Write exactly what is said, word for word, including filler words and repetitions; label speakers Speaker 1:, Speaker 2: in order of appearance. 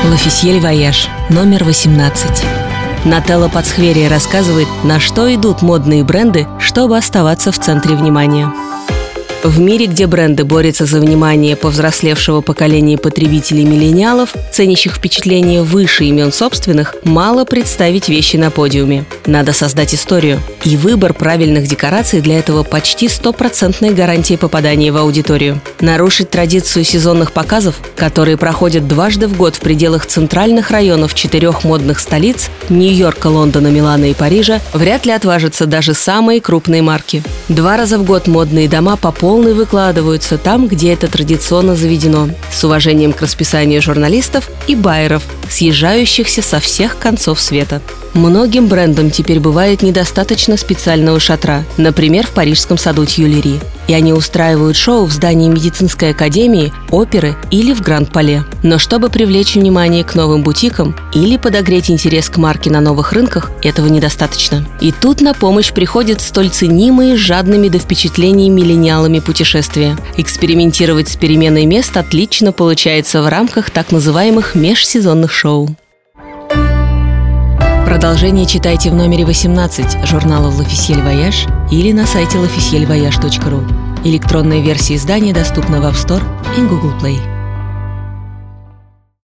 Speaker 1: L'Officiel Voyage, номер восемнадцать. Нателла Пацхверия рассказывает, на что идут модные бренды, чтобы оставаться в центре внимания. В мире, где бренды борются за внимание повзрослевшего поколения потребителей-миллениалов, ценящих впечатления выше имен собственных, мало представить вещи на подиуме. Надо создать историю. И выбор правильных декораций для этого почти стопроцентная гарантия попадания в аудиторию. Нарушить традицию сезонных показов, которые проходят дважды в год в пределах центральных районов четырех модных столиц – Нью-Йорка, Лондона, Милана и Парижа – вряд ли отважатся даже самые крупные марки. Два раза в год модные дома по полной выкладываются там, где это традиционно заведено, с уважением к расписанию журналистов и байеров, съезжающихся со всех концов света. Многим брендам теперь бывает недостаточно специального шатра, например, в парижском саду Тюильри, и они устраивают шоу в здании медицинской академии, оперы или в Гранд-Пале. Но чтобы привлечь внимание к новым бутикам или подогреть интерес к марке на новых рынках, этого недостаточно. И тут на помощь приходят столь ценимые жадными до впечатлений миллениалами путешествия. Экспериментировать с переменой мест отлично получается в рамках так называемых межсезонных шоу. Продолжение читайте в номере восемнадцать журнала L'Officiel Voyage или на сайте l'officiel voyage точка ru. Электронная версия издания доступна в App Store и Google Play.